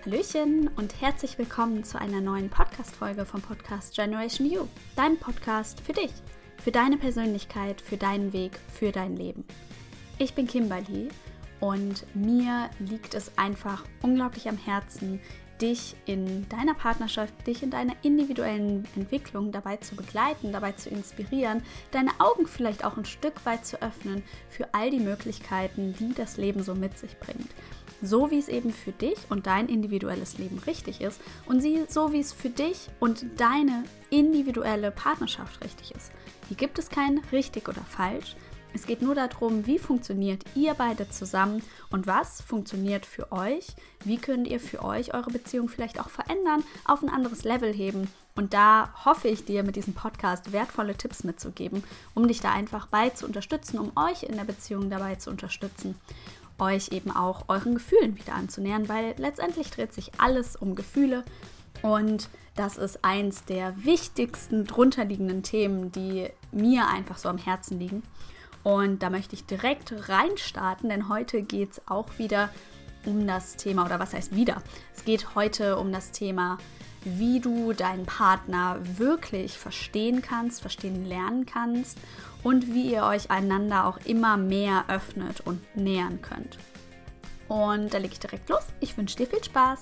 Hallöchen und herzlich willkommen zu einer neuen Podcast-Folge vom Podcast Generation You, deinem Podcast für dich, für deine Persönlichkeit, für deinen Weg, für dein Leben. Ich bin Kimberly und mir liegt es einfach unglaublich am Herzen, dich in deiner Partnerschaft, dich in deiner individuellen Entwicklung dabei zu begleiten, dabei zu inspirieren, deine Augen vielleicht auch ein Stück weit zu öffnen für all die Möglichkeiten, die das Leben so mit sich bringt. So wie es eben für dich und dein individuelles Leben richtig ist und so wie es für dich und deine individuelle Partnerschaft richtig ist. Hier gibt es kein richtig oder falsch. Es geht nur darum, wie funktioniert ihr beide zusammen und was funktioniert für euch. Wie könnt ihr für euch eure Beziehung vielleicht auch verändern, auf ein anderes Level heben. Und da hoffe ich dir mit diesem Podcast wertvolle Tipps mitzugeben, um dich da einfach bei zu unterstützen, um euch in der Beziehung dabei zu unterstützen, euch eben auch euren Gefühlen wieder anzunähern, weil letztendlich dreht sich alles um Gefühle und das ist eins der wichtigsten drunterliegenden Themen, die mir einfach so am Herzen liegen. Und da möchte ich direkt reinstarten, denn heute geht es auch wieder um das Thema, oder was heißt wieder? Es geht heute um das Thema, wie du deinen Partner wirklich verstehen kannst, verstehen lernen kannst und wie ihr euch einander auch immer mehr öffnet und nähern könnt. Und da lege ich direkt los. Ich wünsche dir viel Spaß.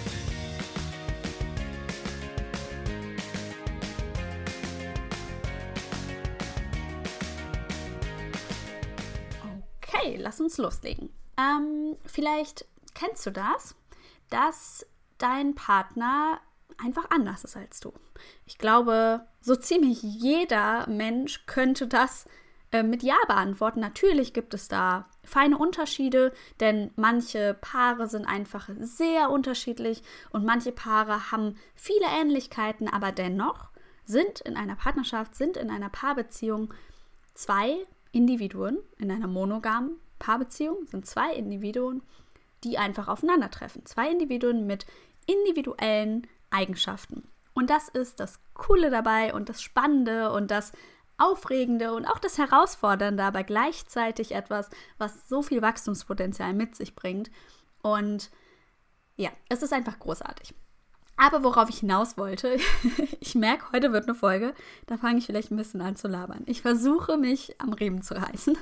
Okay, lass uns loslegen. Vielleicht kennst du das, dass dein Partner einfach anders ist als du. Ich glaube, so ziemlich jeder Mensch könnte das mit Ja beantworten. Natürlich gibt es da feine Unterschiede, denn manche Paare sind einfach sehr unterschiedlich und manche Paare haben viele Ähnlichkeiten, aber dennoch sind in einer Partnerschaft, sind in einer Paarbeziehung zwei Individuen, in einer monogamen Paarbeziehung sind zwei Individuen, die einfach aufeinandertreffen. Zwei Individuen mit individuellen Eigenschaften. Und das ist das Coole dabei und das Spannende und das Aufregende und auch das Herausfordernde, aber gleichzeitig etwas, was so viel Wachstumspotenzial mit sich bringt. Und ja, es ist einfach großartig. Aber worauf ich hinaus wollte, ich merke, heute wird eine Folge, da fange ich vielleicht ein bisschen an zu labern. Ich versuche, mich am Riemen zu reißen.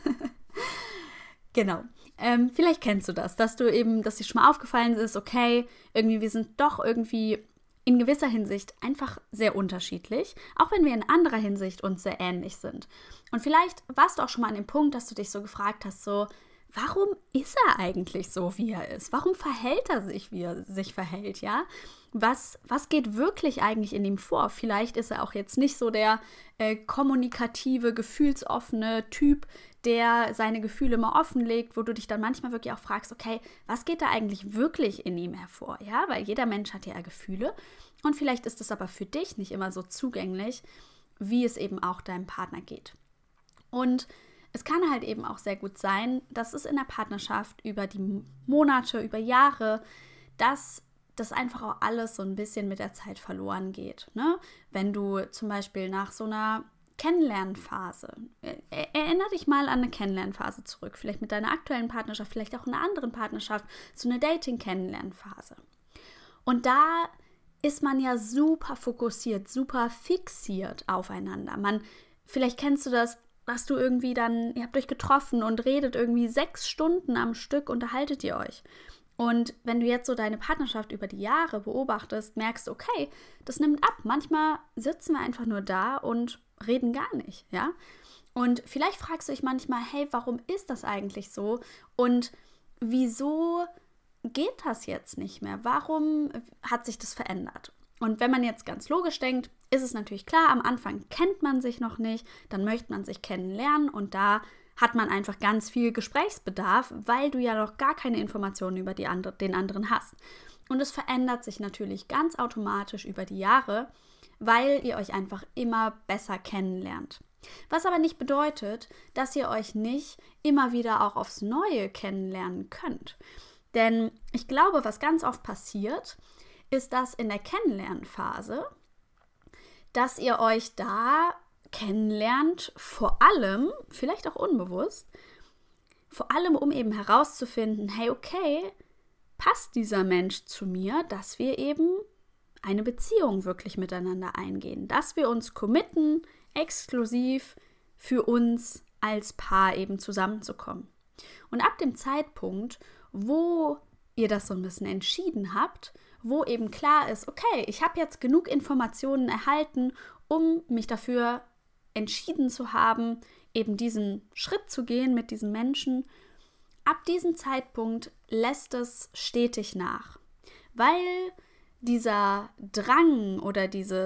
Genau. Vielleicht kennst du das, dass dir schon mal aufgefallen ist, okay, irgendwie wir sind doch irgendwie in gewisser Hinsicht einfach sehr unterschiedlich, auch wenn wir in anderer Hinsicht uns sehr ähnlich sind. Und vielleicht warst du auch schon mal an dem Punkt, dass du dich so gefragt hast, so, warum ist er eigentlich so, wie er ist? Warum verhält er sich, wie er sich verhält, ja? Was geht wirklich eigentlich in ihm vor? Vielleicht ist er auch jetzt nicht so der kommunikative, gefühlsoffene Typ, der seine Gefühle immer offenlegt, wo du dich dann manchmal wirklich auch fragst, okay, was geht da eigentlich wirklich in ihm hervor? Ja, weil jeder Mensch hat ja Gefühle und vielleicht ist es aber für dich nicht immer so zugänglich, wie es eben auch deinem Partner geht. Und es kann halt eben auch sehr gut sein, dass es in der Partnerschaft über die Monate, über Jahre, dass das einfach auch alles so ein bisschen mit der Zeit verloren geht. Ne? Wenn du zum Beispiel nach so einer Kennenlernphase, erinnere dich mal an eine Kennenlernphase zurück, vielleicht mit deiner aktuellen Partnerschaft, vielleicht auch in einer anderen Partnerschaft, so eine Dating-Kennenlernphase. Und da ist man ja super fokussiert, super fixiert aufeinander. Vielleicht kennst du das, dass du irgendwie dann, ihr habt euch getroffen und redet irgendwie 6 Stunden am Stück, unterhaltet ihr euch. Und wenn du jetzt so deine Partnerschaft über die Jahre beobachtest, merkst du, okay, das nimmt ab. Manchmal sitzen wir einfach nur da und reden gar nicht, ja. Und vielleicht fragst du dich manchmal, hey, warum ist das eigentlich so? Und wieso geht das jetzt nicht mehr? Warum hat sich das verändert? Und wenn man jetzt ganz logisch denkt, ist es natürlich klar, am Anfang kennt man sich noch nicht, dann möchte man sich kennenlernen und da hat man einfach ganz viel Gesprächsbedarf, weil du ja noch gar keine Informationen über den anderen hast. Und es verändert sich natürlich ganz automatisch über die Jahre, weil ihr euch einfach immer besser kennenlernt. Was aber nicht bedeutet, dass ihr euch nicht immer wieder auch aufs Neue kennenlernen könnt. Denn ich glaube, was ganz oft passiert, ist, dass in der Kennenlernphase, dass ihr euch da kennenlernt, vor allem, vielleicht auch unbewusst, vor allem um eben herauszufinden, hey, okay, passt dieser Mensch zu mir, dass wir eben eine Beziehung wirklich miteinander eingehen, dass wir uns committen, exklusiv für uns als Paar eben zusammenzukommen. Und ab dem Zeitpunkt, wo ihr das so ein bisschen entschieden habt, wo eben klar ist, okay, ich habe jetzt genug Informationen erhalten, um mich dafür entschieden zu haben, eben diesen Schritt zu gehen mit diesem Menschen, ab diesem Zeitpunkt lässt es stetig nach, weil dieser Drang oder dieser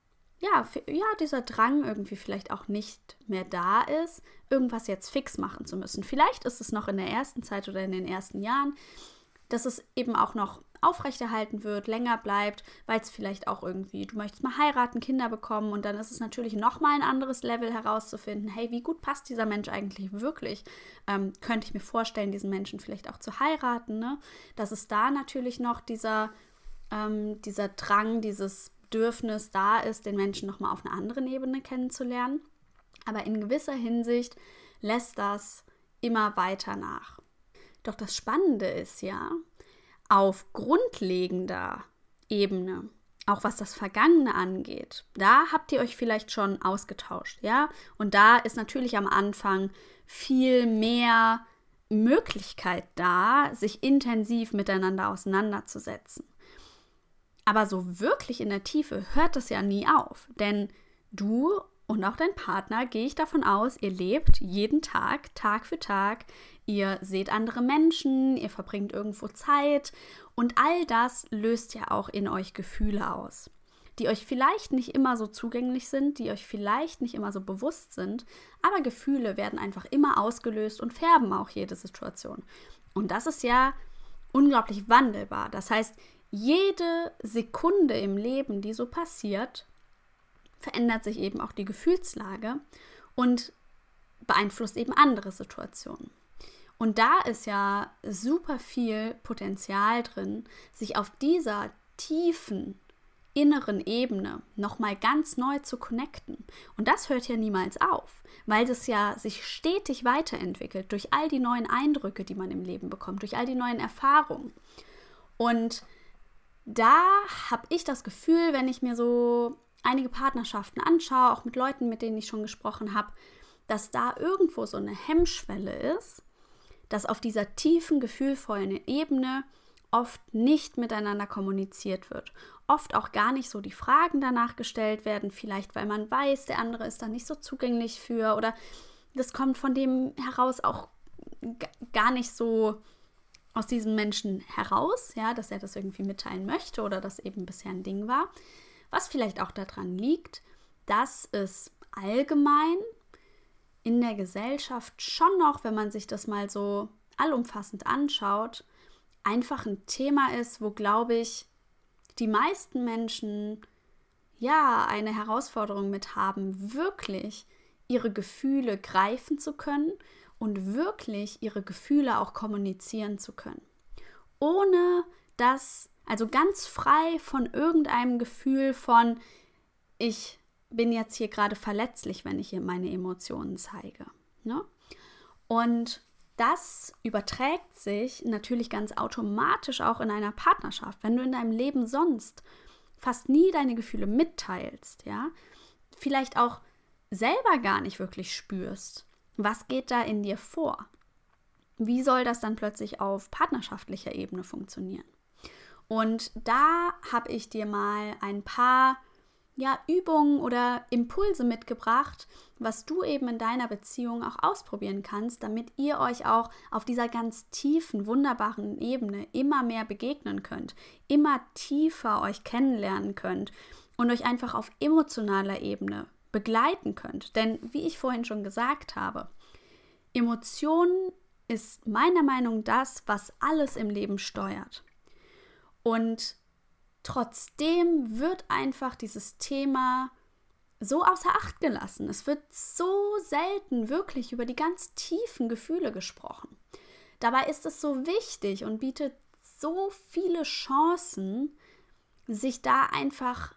Drang irgendwie vielleicht auch nicht mehr da ist, irgendwas jetzt fix machen zu müssen. Vielleicht ist es noch in der ersten Zeit oder in den ersten Jahren, dass es eben auch noch aufrechterhalten wird, länger bleibt, weil es vielleicht auch irgendwie, du möchtest mal heiraten, Kinder bekommen und dann ist es natürlich nochmal ein anderes Level herauszufinden, hey, wie gut passt dieser Mensch eigentlich wirklich? Könnte ich mir vorstellen, diesen Menschen vielleicht auch zu heiraten, ne? Dass es da natürlich noch dieser Drang, dieses Bedürfnis da ist, den Menschen nochmal auf einer anderen Ebene kennenzulernen. Aber in gewisser Hinsicht lässt das immer weiter nach. Doch das Spannende ist ja, auf grundlegender Ebene, auch was das Vergangene angeht, da habt ihr euch vielleicht schon ausgetauscht, ja? Und da ist natürlich am Anfang viel mehr Möglichkeit da, sich intensiv miteinander auseinanderzusetzen. Aber so wirklich in der Tiefe hört das ja nie auf, denn du und auch dein Partner, gehe ich davon aus, ihr lebt jeden Tag, Tag für Tag, ihr seht andere Menschen, ihr verbringt irgendwo Zeit und all das löst ja auch in euch Gefühle aus, die euch vielleicht nicht immer so zugänglich sind, die euch vielleicht nicht immer so bewusst sind, aber Gefühle werden einfach immer ausgelöst und färben auch jede Situation. Und das ist ja unglaublich wandelbar. Das heißt, jede Sekunde im Leben, die so passiert, verändert sich eben auch die Gefühlslage und beeinflusst eben andere Situationen. Und da ist ja super viel Potenzial drin, sich auf dieser tiefen inneren Ebene nochmal ganz neu zu connecten. Und das hört ja niemals auf, weil das ja sich stetig weiterentwickelt durch all die neuen Eindrücke, die man im Leben bekommt, durch all die neuen Erfahrungen. Und da habe ich das Gefühl, wenn ich mir so einige Partnerschaften anschaue, auch mit Leuten, mit denen ich schon gesprochen habe, dass da irgendwo so eine Hemmschwelle ist, dass auf dieser tiefen, gefühlvollen Ebene oft nicht miteinander kommuniziert wird. Oft auch gar nicht so die Fragen danach gestellt werden, vielleicht weil man weiß, der andere ist da nicht so zugänglich für oder das kommt von dem heraus auch gar nicht so aus diesem Menschen heraus, ja, dass er das irgendwie mitteilen möchte oder das eben bisher ein Ding war. Was vielleicht auch daran liegt, dass es allgemein in der Gesellschaft schon noch, wenn man sich das mal so allumfassend anschaut, einfach ein Thema ist, wo, glaube ich, die meisten Menschen ja eine Herausforderung mit haben, wirklich ihre Gefühle greifen zu können und wirklich ihre Gefühle auch kommunizieren zu können. Ohne dass, also ganz frei von irgendeinem Gefühl von, ich bin jetzt hier gerade verletzlich, wenn ich hier meine Emotionen zeige. Ne? Und das überträgt sich natürlich ganz automatisch auch in einer Partnerschaft. Wenn du in deinem Leben sonst fast nie deine Gefühle mitteilst, ja, vielleicht auch selber gar nicht wirklich spürst, was geht da in dir vor? Wie soll das dann plötzlich auf partnerschaftlicher Ebene funktionieren? Und da habe ich dir mal ein paar Übungen oder Impulse mitgebracht, was du eben in deiner Beziehung auch ausprobieren kannst, damit ihr euch auch auf dieser ganz tiefen, wunderbaren Ebene immer mehr begegnen könnt, immer tiefer euch kennenlernen könnt und euch einfach auf emotionaler Ebene begleiten könnt. Denn wie ich vorhin schon gesagt habe, Emotionen ist meiner Meinung nach das, was alles im Leben steuert. Und trotzdem wird einfach dieses Thema so außer Acht gelassen. Es wird so selten wirklich über die ganz tiefen Gefühle gesprochen. Dabei ist es so wichtig und bietet so viele Chancen, sich da einfach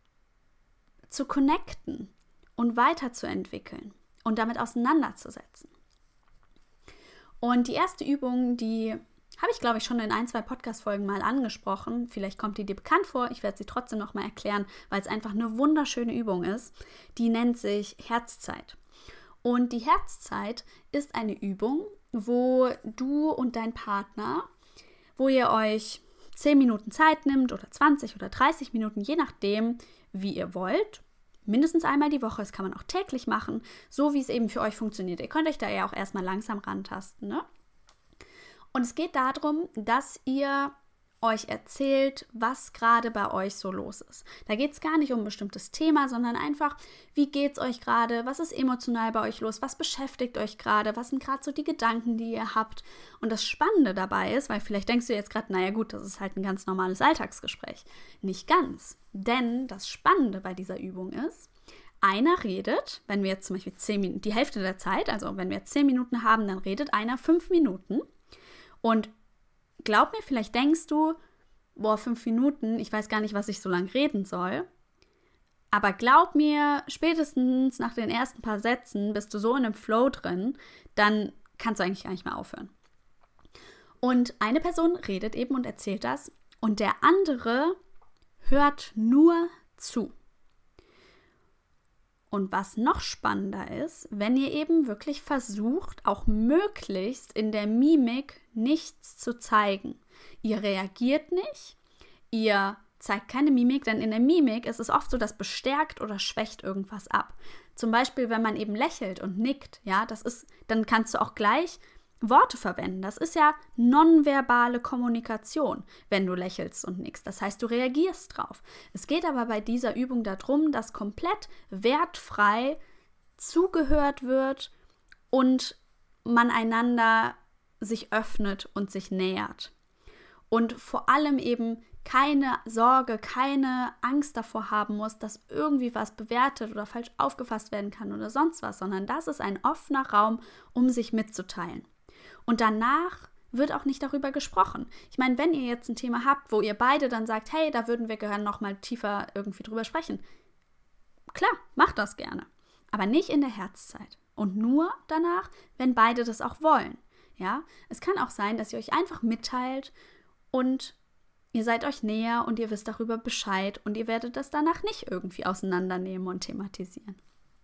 zu connecten und weiterzuentwickeln und damit auseinanderzusetzen. Und die erste Übung, die Habe ich, glaube ich, schon in 1, 2 Podcast-Folgen mal angesprochen. Vielleicht kommt die dir bekannt vor. Ich werde sie trotzdem nochmal erklären, weil es einfach eine wunderschöne Übung ist. Die nennt sich Herzzeit. Und die Herzzeit ist eine Übung, wo du und dein Partner, wo ihr euch 10 Minuten Zeit nimmt oder 20 oder 30 Minuten, je nachdem, wie ihr wollt. Mindestens einmal die Woche, das kann man auch täglich machen, so wie es eben für euch funktioniert. Ihr könnt euch da ja auch erstmal langsam rantasten, ne? Und es geht darum, dass ihr euch erzählt, was gerade bei euch so los ist. Da geht es gar nicht um ein bestimmtes Thema, sondern einfach, wie geht es euch gerade, was ist emotional bei euch los, was beschäftigt euch gerade, was sind gerade so die Gedanken, die ihr habt. Und das Spannende dabei ist, weil vielleicht denkst du jetzt gerade, naja gut, das ist halt ein ganz normales Alltagsgespräch. Nicht ganz, denn das Spannende bei dieser Übung ist, einer redet, wenn wir jetzt zum Beispiel 10 Minuten, die Hälfte der Zeit, also wenn wir jetzt 10 Minuten haben, dann redet einer 5 Minuten. Und glaub mir, vielleicht denkst du, 5 Minuten, ich weiß gar nicht, was ich so lange reden soll. Aber glaub mir, spätestens nach den ersten paar Sätzen bist du so in einem Flow drin, dann kannst du eigentlich gar nicht mehr aufhören. Und eine Person redet eben und erzählt das und der andere hört nur zu. Und was noch spannender ist, wenn ihr eben wirklich versucht, auch möglichst in der Mimik nichts zu zeigen. Ihr reagiert nicht, ihr zeigt keine Mimik, denn in der Mimik ist es oft so, das bestärkt oder schwächt irgendwas ab. Zum Beispiel, wenn man eben lächelt und nickt, ja, dann kannst du auch gleich Worte verwenden. Das ist ja nonverbale Kommunikation, wenn du lächelst und nickst. Das heißt, du reagierst drauf. Es geht aber bei dieser Übung darum, dass komplett wertfrei zugehört wird und man einander sich öffnet und sich nähert. Und vor allem eben keine Sorge, keine Angst davor haben muss, dass irgendwie was bewertet oder falsch aufgefasst werden kann oder sonst was, sondern das ist ein offener Raum, um sich mitzuteilen. Und danach wird auch nicht darüber gesprochen. Ich meine, wenn ihr jetzt ein Thema habt, wo ihr beide dann sagt, hey, da würden wir gerne noch mal tiefer irgendwie drüber sprechen. Klar, macht das gerne. Aber nicht in der Herzzeit. Und nur danach, wenn beide das auch wollen. Ja? Es kann auch sein, dass ihr euch einfach mitteilt und ihr seid euch näher und ihr wisst darüber Bescheid und ihr werdet das danach nicht irgendwie auseinandernehmen und thematisieren.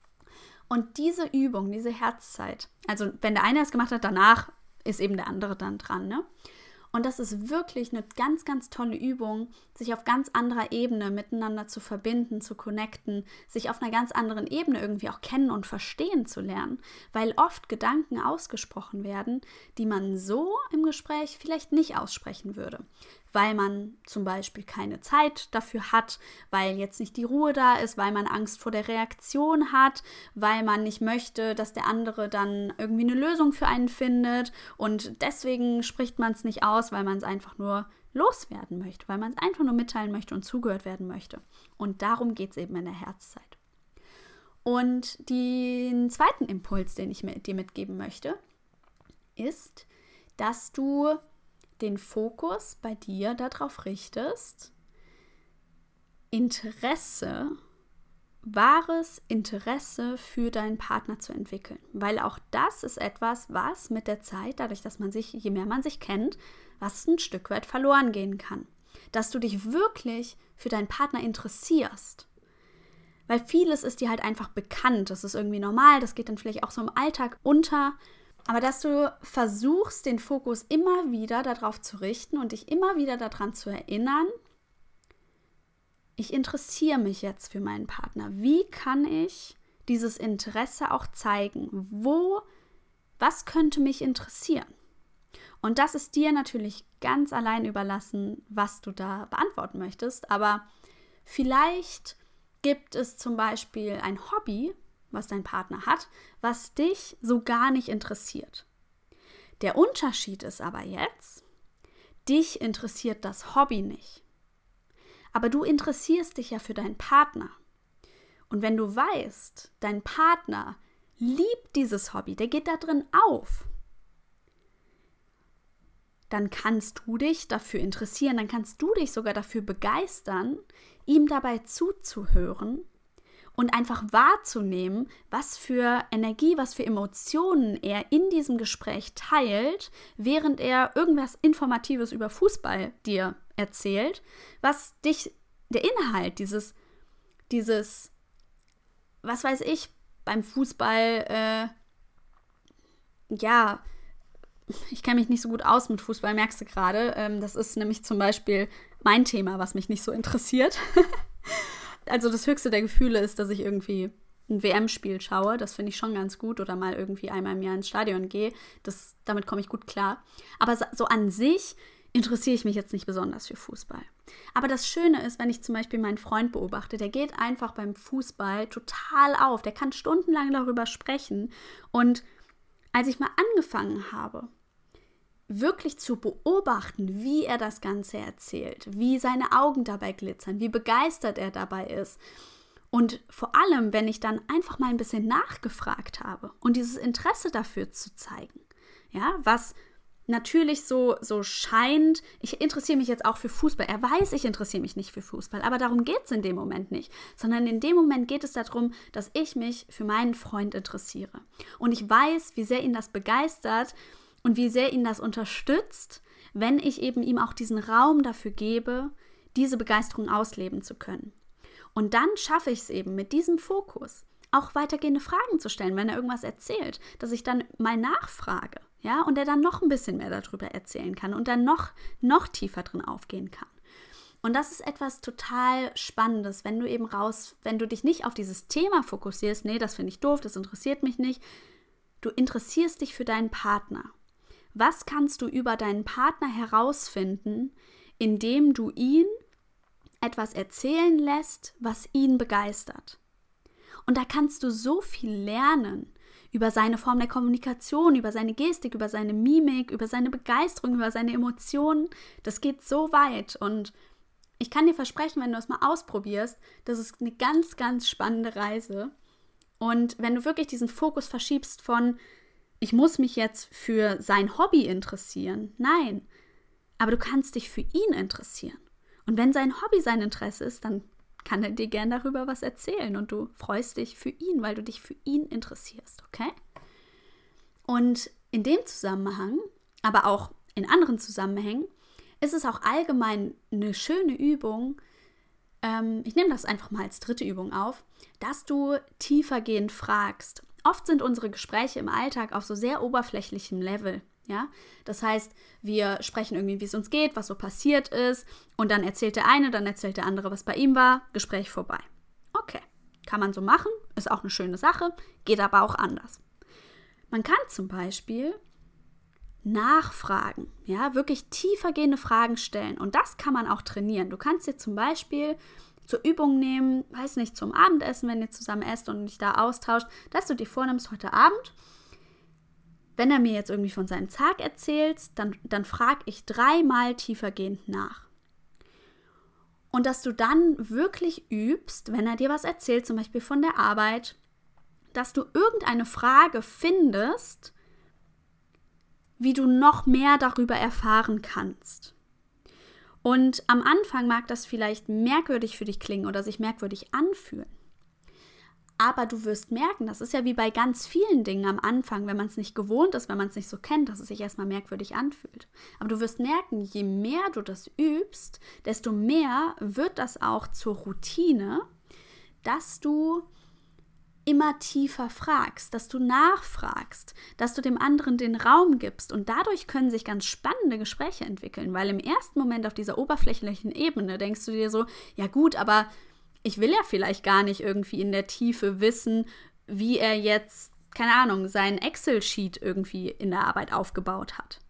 Und diese Übung, diese Herzzeit, also wenn der eine es gemacht hat, danach ist eben der andere dann dran, ne? Und das ist wirklich eine ganz, ganz tolle Übung, sich auf ganz anderer Ebene miteinander zu verbinden, zu connecten, sich auf einer ganz anderen Ebene irgendwie auch kennen und verstehen zu lernen, weil oft Gedanken ausgesprochen werden, die man so im Gespräch vielleicht nicht aussprechen würde, weil man zum Beispiel keine Zeit dafür hat, weil jetzt nicht die Ruhe da ist, weil man Angst vor der Reaktion hat, weil man nicht möchte, dass der andere dann irgendwie eine Lösung für einen findet und deswegen spricht man es nicht aus, weil man es einfach nur loswerden möchte, weil man es einfach nur mitteilen möchte und zugehört werden möchte. Und darum geht es eben in der Herzzeit. Und den zweiten Impuls, den ich dir mitgeben möchte, ist, dass du den Fokus bei dir darauf richtest, wahres Interesse für deinen Partner zu entwickeln. Weil auch das ist etwas, was mit der Zeit, dadurch, dass je mehr man sich kennt, was ein Stück weit verloren gehen kann. Dass du dich wirklich für deinen Partner interessierst. Weil vieles ist dir halt einfach bekannt, das ist irgendwie normal, das geht dann vielleicht auch so im Alltag unter. Aber dass du versuchst, den Fokus immer wieder darauf zu richten und dich immer wieder daran zu erinnern, ich interessiere mich jetzt für meinen Partner. Wie kann ich dieses Interesse auch zeigen? Was könnte mich interessieren? Und das ist dir natürlich ganz allein überlassen, was du da beantworten möchtest. Aber vielleicht gibt es zum Beispiel ein Hobby, was dein Partner hat, was dich so gar nicht interessiert. Der Unterschied ist aber jetzt, dich interessiert das Hobby nicht. Aber du interessierst dich ja für deinen Partner. Und wenn du weißt, dein Partner liebt dieses Hobby, der geht da drin auf, dann kannst du dich dafür interessieren, dann kannst du dich sogar dafür begeistern, ihm dabei zuzuhören und einfach wahrzunehmen, was für Energie, was für Emotionen er in diesem Gespräch teilt, während er irgendwas Informatives über Fußball dir erzählt, was dich, der Inhalt, dieses, was weiß ich, beim Fußball, ich kenne mich nicht so gut aus mit Fußball, merkst du gerade. Das ist nämlich zum Beispiel mein Thema, was mich nicht so interessiert. Also das höchste der Gefühle ist, dass ich irgendwie ein WM-Spiel schaue. Das finde ich schon ganz gut. Oder mal irgendwie einmal im Jahr ins Stadion gehe. Damit komme ich gut klar. Aber so an sich interessiere ich mich jetzt nicht besonders für Fußball. Aber das Schöne ist, wenn ich zum Beispiel meinen Freund beobachte, der geht einfach beim Fußball total auf. Der kann stundenlang darüber sprechen. Und als ich mal angefangen habe, wirklich zu beobachten, wie er das Ganze erzählt, wie seine Augen dabei glitzern, wie begeistert er dabei ist. Und vor allem, wenn ich dann einfach mal ein bisschen nachgefragt habe und dieses Interesse dafür zu zeigen, ja, was natürlich so scheint, ich interessiere mich jetzt auch für Fußball. Er weiß, ich interessiere mich nicht für Fußball, aber darum geht es in dem Moment nicht, sondern in dem Moment geht es darum, dass ich mich für meinen Freund interessiere. Und ich weiß, wie sehr ihn das begeistert und wie sehr ihn das unterstützt, wenn ich eben ihm auch diesen Raum dafür gebe, diese Begeisterung ausleben zu können. Und dann schaffe ich es eben mit diesem Fokus, auch weitergehende Fragen zu stellen, wenn er irgendwas erzählt, dass ich dann mal nachfrage, ja, und er dann noch ein bisschen mehr darüber erzählen kann und dann noch tiefer drin aufgehen kann. Und das ist etwas total Spannendes, wenn du dich nicht auf dieses Thema fokussierst, nee, das finde ich doof, das interessiert mich nicht, du interessierst dich für deinen Partner. Was kannst du über deinen Partner herausfinden, indem du ihn etwas erzählen lässt, was ihn begeistert? Und da kannst du so viel lernen über seine Form der Kommunikation, über seine Gestik, über seine Mimik, über seine Begeisterung, über seine Emotionen. Das geht so weit. Und ich kann dir versprechen, wenn du es mal ausprobierst, das ist eine ganz, ganz spannende Reise. Und wenn du wirklich diesen Fokus verschiebst von ich muss mich jetzt für sein Hobby interessieren. Nein, aber du kannst dich für ihn interessieren. Und wenn sein Hobby sein Interesse ist, dann kann er dir gern darüber was erzählen und du freust dich für ihn, weil du dich für ihn interessierst, okay? Und in dem Zusammenhang, aber auch in anderen Zusammenhängen, ist es auch allgemein eine schöne Übung, ich nehme das einfach mal als dritte Übung auf, dass du tiefergehend fragst. Oft sind unsere Gespräche im Alltag auf so sehr oberflächlichem Level, ja? Das heißt, wir sprechen irgendwie, wie es uns geht, was so passiert ist und dann erzählt der eine, dann erzählt der andere, was bei ihm war, Gespräch vorbei. Okay, kann man so machen, ist auch eine schöne Sache, geht aber auch anders. Man kann zum Beispiel nachfragen, ja, wirklich tiefergehende Fragen stellen und das kann man auch trainieren. Du kannst dir zum Beispiel zur Übung nehmen, weiß nicht, zum Abendessen, wenn ihr zusammen esst und dich da austauscht, dass du dir vornimmst, heute Abend, wenn er mir jetzt irgendwie von seinem Tag erzählt, dann frage ich 3-mal tiefergehend nach. Und dass du dann wirklich übst, wenn er dir was erzählt, zum Beispiel von der Arbeit, dass du irgendeine Frage findest, wie du noch mehr darüber erfahren kannst. Und am Anfang mag das vielleicht merkwürdig für dich klingen oder sich merkwürdig anfühlen. Aber du wirst merken, das ist ja wie bei ganz vielen Dingen am Anfang, wenn man es nicht gewohnt ist, wenn man es nicht so kennt, dass es sich erstmal merkwürdig anfühlt. Aber du wirst merken, je mehr du das übst, desto mehr wird das auch zur Routine, dass du immer tiefer fragst, dass du nachfragst, dass du dem anderen den Raum gibst und dadurch können sich ganz spannende Gespräche entwickeln, weil im ersten Moment auf dieser oberflächlichen Ebene denkst du dir so, ja gut, aber ich will ja vielleicht gar nicht irgendwie in der Tiefe wissen, wie er jetzt, keine Ahnung, seinen Excel-Sheet irgendwie in der Arbeit aufgebaut hat.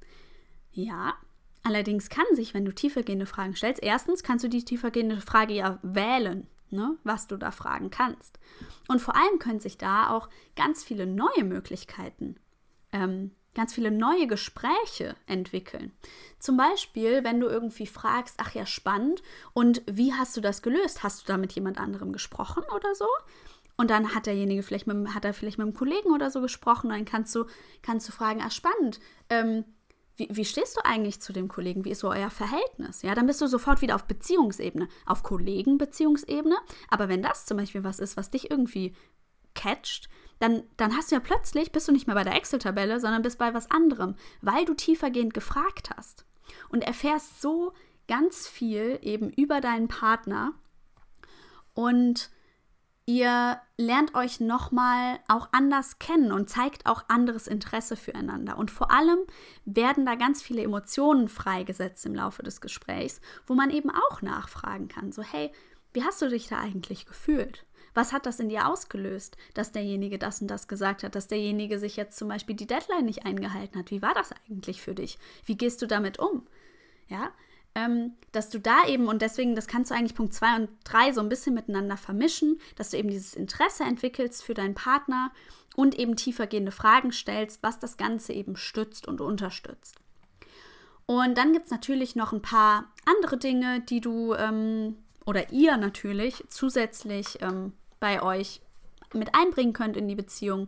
Ja, allerdings kann sich, wenn du tiefergehende Fragen stellst, erstens kannst du die tiefergehende Frage ja wählen, ne, was du da fragen kannst. Und vor allem können sich da auch ganz viele neue Möglichkeiten, ganz viele neue Gespräche entwickeln. Zum Beispiel, wenn du irgendwie fragst, ach ja, spannend, und wie hast du das gelöst? Hast du da mit jemand anderem gesprochen oder so? Und dann hat derjenige vielleicht mit einem Kollegen oder so gesprochen, dann kannst du fragen, ach spannend, wie stehst du eigentlich zu dem Kollegen? Wie ist so euer Verhältnis? Ja, dann bist du sofort wieder auf Beziehungsebene, auf Kollegenbeziehungsebene. Aber wenn das zum Beispiel was ist, was dich irgendwie catcht, dann hast du ja plötzlich, bist du nicht mehr bei der Excel-Tabelle, sondern bist bei was anderem, weil du tiefergehend gefragt hast. Und erfährst so ganz viel eben über deinen Partner und ihr lernt euch nochmal auch anders kennen und zeigt auch anderes Interesse füreinander. Und vor allem werden da ganz viele Emotionen freigesetzt im Laufe des Gesprächs, wo man eben auch nachfragen kann. So, hey, wie hast du dich da eigentlich gefühlt? Was hat das in dir ausgelöst, dass derjenige das und das gesagt hat, dass derjenige sich jetzt zum Beispiel die Deadline nicht eingehalten hat? Wie war das eigentlich für dich? Wie gehst du damit um? Ja, dass du da eben, und deswegen, das kannst du eigentlich Punkt 2 und 3 so ein bisschen miteinander vermischen, dass du eben dieses Interesse entwickelst für deinen Partner und eben tiefergehende Fragen stellst, was das Ganze eben stützt und unterstützt. Und dann gibt es natürlich noch ein paar andere Dinge, die du oder ihr natürlich zusätzlich bei euch mit einbringen könnt in die Beziehung.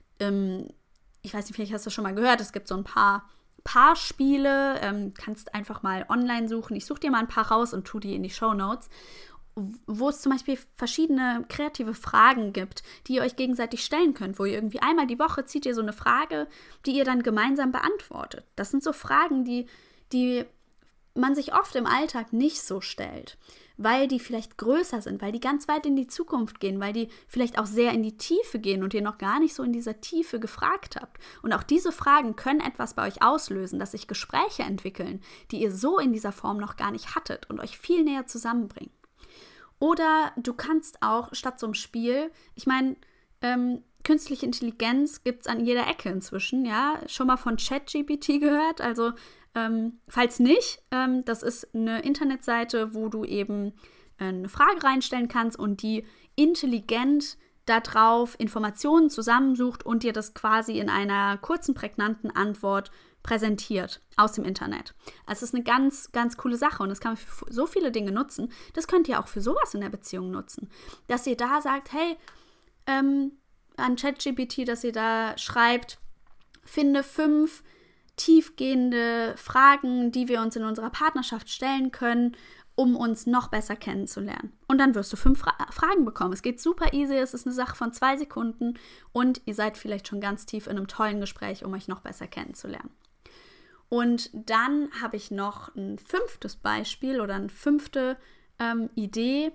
Ich weiß nicht, vielleicht hast du schon mal gehört, es gibt so ein paar Paarspiele, kannst einfach mal online suchen. Ich suche dir mal ein paar raus und tue die in die Shownotes, wo es zum Beispiel verschiedene kreative Fragen gibt, die ihr euch gegenseitig stellen könnt, wo ihr irgendwie einmal die Woche zieht ihr so eine Frage, die ihr dann gemeinsam beantwortet. Das sind so Fragen, die man sich oft im Alltag nicht so stellt, weil die vielleicht größer sind, weil die ganz weit in die Zukunft gehen, weil die vielleicht auch sehr in die Tiefe gehen und ihr noch gar nicht so in dieser Tiefe gefragt habt. Und auch diese Fragen können etwas bei euch auslösen, dass sich Gespräche entwickeln, die ihr so in dieser Form noch gar nicht hattet und euch viel näher zusammenbringen. Oder du kannst auch statt so einem Spiel, ich meine, künstliche Intelligenz gibt es an jeder Ecke inzwischen, ja, schon mal von ChatGPT gehört, also falls nicht, das ist eine Internetseite, wo du eben eine Frage reinstellen kannst und die intelligent darauf Informationen zusammensucht und dir das quasi in einer kurzen, prägnanten Antwort präsentiert aus dem Internet. Also es ist eine ganz, ganz coole Sache und das kann man für so viele Dinge nutzen. Das könnt ihr auch für sowas in der Beziehung nutzen. Dass ihr da sagt, hey, an ChatGPT, dass ihr da schreibt, finde 5 tiefgehende Fragen, die wir uns in unserer Partnerschaft stellen können, um uns noch besser kennenzulernen. Und dann wirst du 5 Fragen bekommen. Es geht super easy, es ist eine Sache von 2 Sekunden und ihr seid vielleicht schon ganz tief in einem tollen Gespräch, um euch noch besser kennenzulernen. Und dann habe ich noch ein 5. Beispiel oder eine 5. Idee.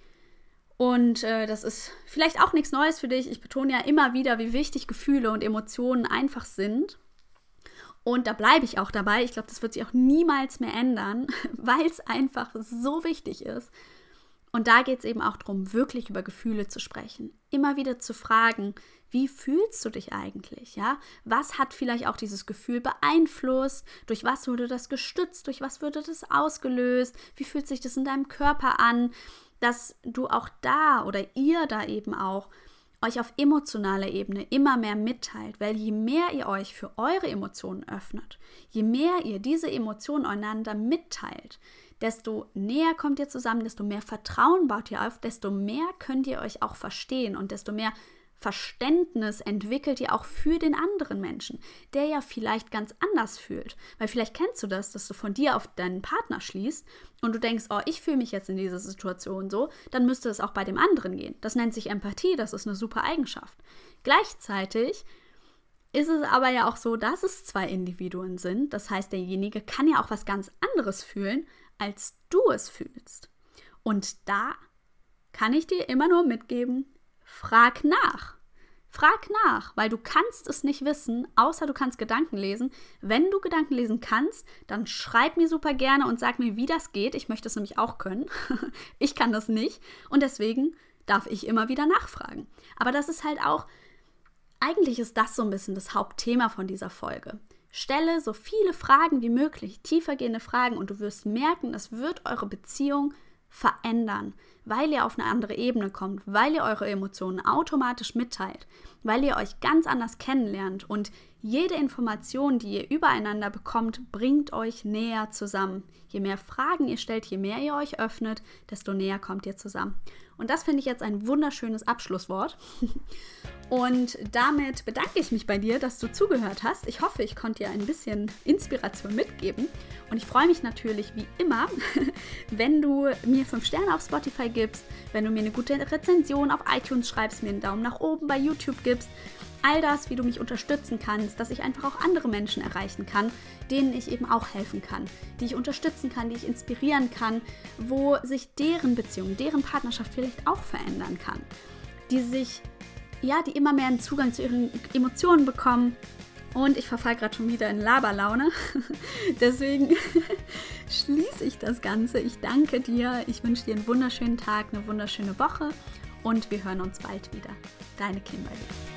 Und das ist vielleicht auch nichts Neues für dich. Ich betone ja immer wieder, wie wichtig Gefühle und Emotionen einfach sind. Und da bleibe ich auch dabei. Ich glaube, das wird sich auch niemals mehr ändern, weil es einfach so wichtig ist. Und da geht es eben auch darum, wirklich über Gefühle zu sprechen. Immer wieder zu fragen, wie fühlst du dich eigentlich? Ja? Was hat vielleicht auch dieses Gefühl beeinflusst? Durch was wurde das gestützt? Durch was wurde das ausgelöst? Wie fühlt sich das in deinem Körper an? Dass du auch da oder ihr da eben auch euch auf emotionaler Ebene immer mehr mitteilt, weil je mehr ihr euch für eure Emotionen öffnet, je mehr ihr diese Emotionen einander mitteilt, desto näher kommt ihr zusammen, desto mehr Vertrauen baut ihr auf, desto mehr könnt ihr euch auch verstehen und desto mehr Verständnis entwickelt ihr auch für den anderen Menschen, der ja vielleicht ganz anders fühlt. Weil vielleicht kennst du das, dass du von dir auf deinen Partner schließt und du denkst, oh, ich fühle mich jetzt in dieser Situation so, dann müsste es auch bei dem anderen gehen. Das nennt sich Empathie, das ist eine super Eigenschaft. Gleichzeitig ist es aber ja auch so, dass es 2 Individuen sind. Das heißt, derjenige kann ja auch was ganz anderes fühlen, als du es fühlst. Und da kann ich dir immer nur mitgeben, frag nach. Frag nach, weil du kannst es nicht wissen, außer du kannst Gedanken lesen. Wenn du Gedanken lesen kannst, dann schreib mir super gerne und sag mir, wie das geht. Ich möchte es nämlich auch können. Ich kann das nicht und deswegen darf ich immer wieder nachfragen. Aber das ist halt auch, eigentlich ist das so ein bisschen das Hauptthema von dieser Folge. Stelle so viele Fragen wie möglich, tiefergehende Fragen und du wirst merken, das wird eure Beziehung verändern, weil ihr auf eine andere Ebene kommt, weil ihr eure Emotionen automatisch mitteilt, weil ihr euch ganz anders kennenlernt und jede Information, die ihr übereinander bekommt, bringt euch näher zusammen. Je mehr Fragen ihr stellt, je mehr ihr euch öffnet, desto näher kommt ihr zusammen. Und das finde ich jetzt ein wunderschönes Abschlusswort. Und damit bedanke ich mich bei dir, dass du zugehört hast. Ich hoffe, ich konnte dir ein bisschen Inspiration mitgeben. Und ich freue mich natürlich wie immer, wenn du mir 5 Sterne auf Spotify gibst, wenn du mir eine gute Rezension auf iTunes schreibst, mir einen Daumen nach oben bei YouTube gibst. All das, wie du mich unterstützen kannst, dass ich einfach auch andere Menschen erreichen kann, denen ich eben auch helfen kann, die ich unterstützen kann, die ich inspirieren kann, wo sich deren Beziehung, deren Partnerschaft vielleicht auch verändern kann, die immer mehr einen Zugang zu ihren Emotionen bekommen. Und ich verfalle gerade schon wieder in Laberlaune. Deswegen schließe ich das Ganze. Ich danke dir. Ich wünsche dir einen wunderschönen Tag, eine wunderschöne Woche und wir hören uns bald wieder. Deine Kimberly.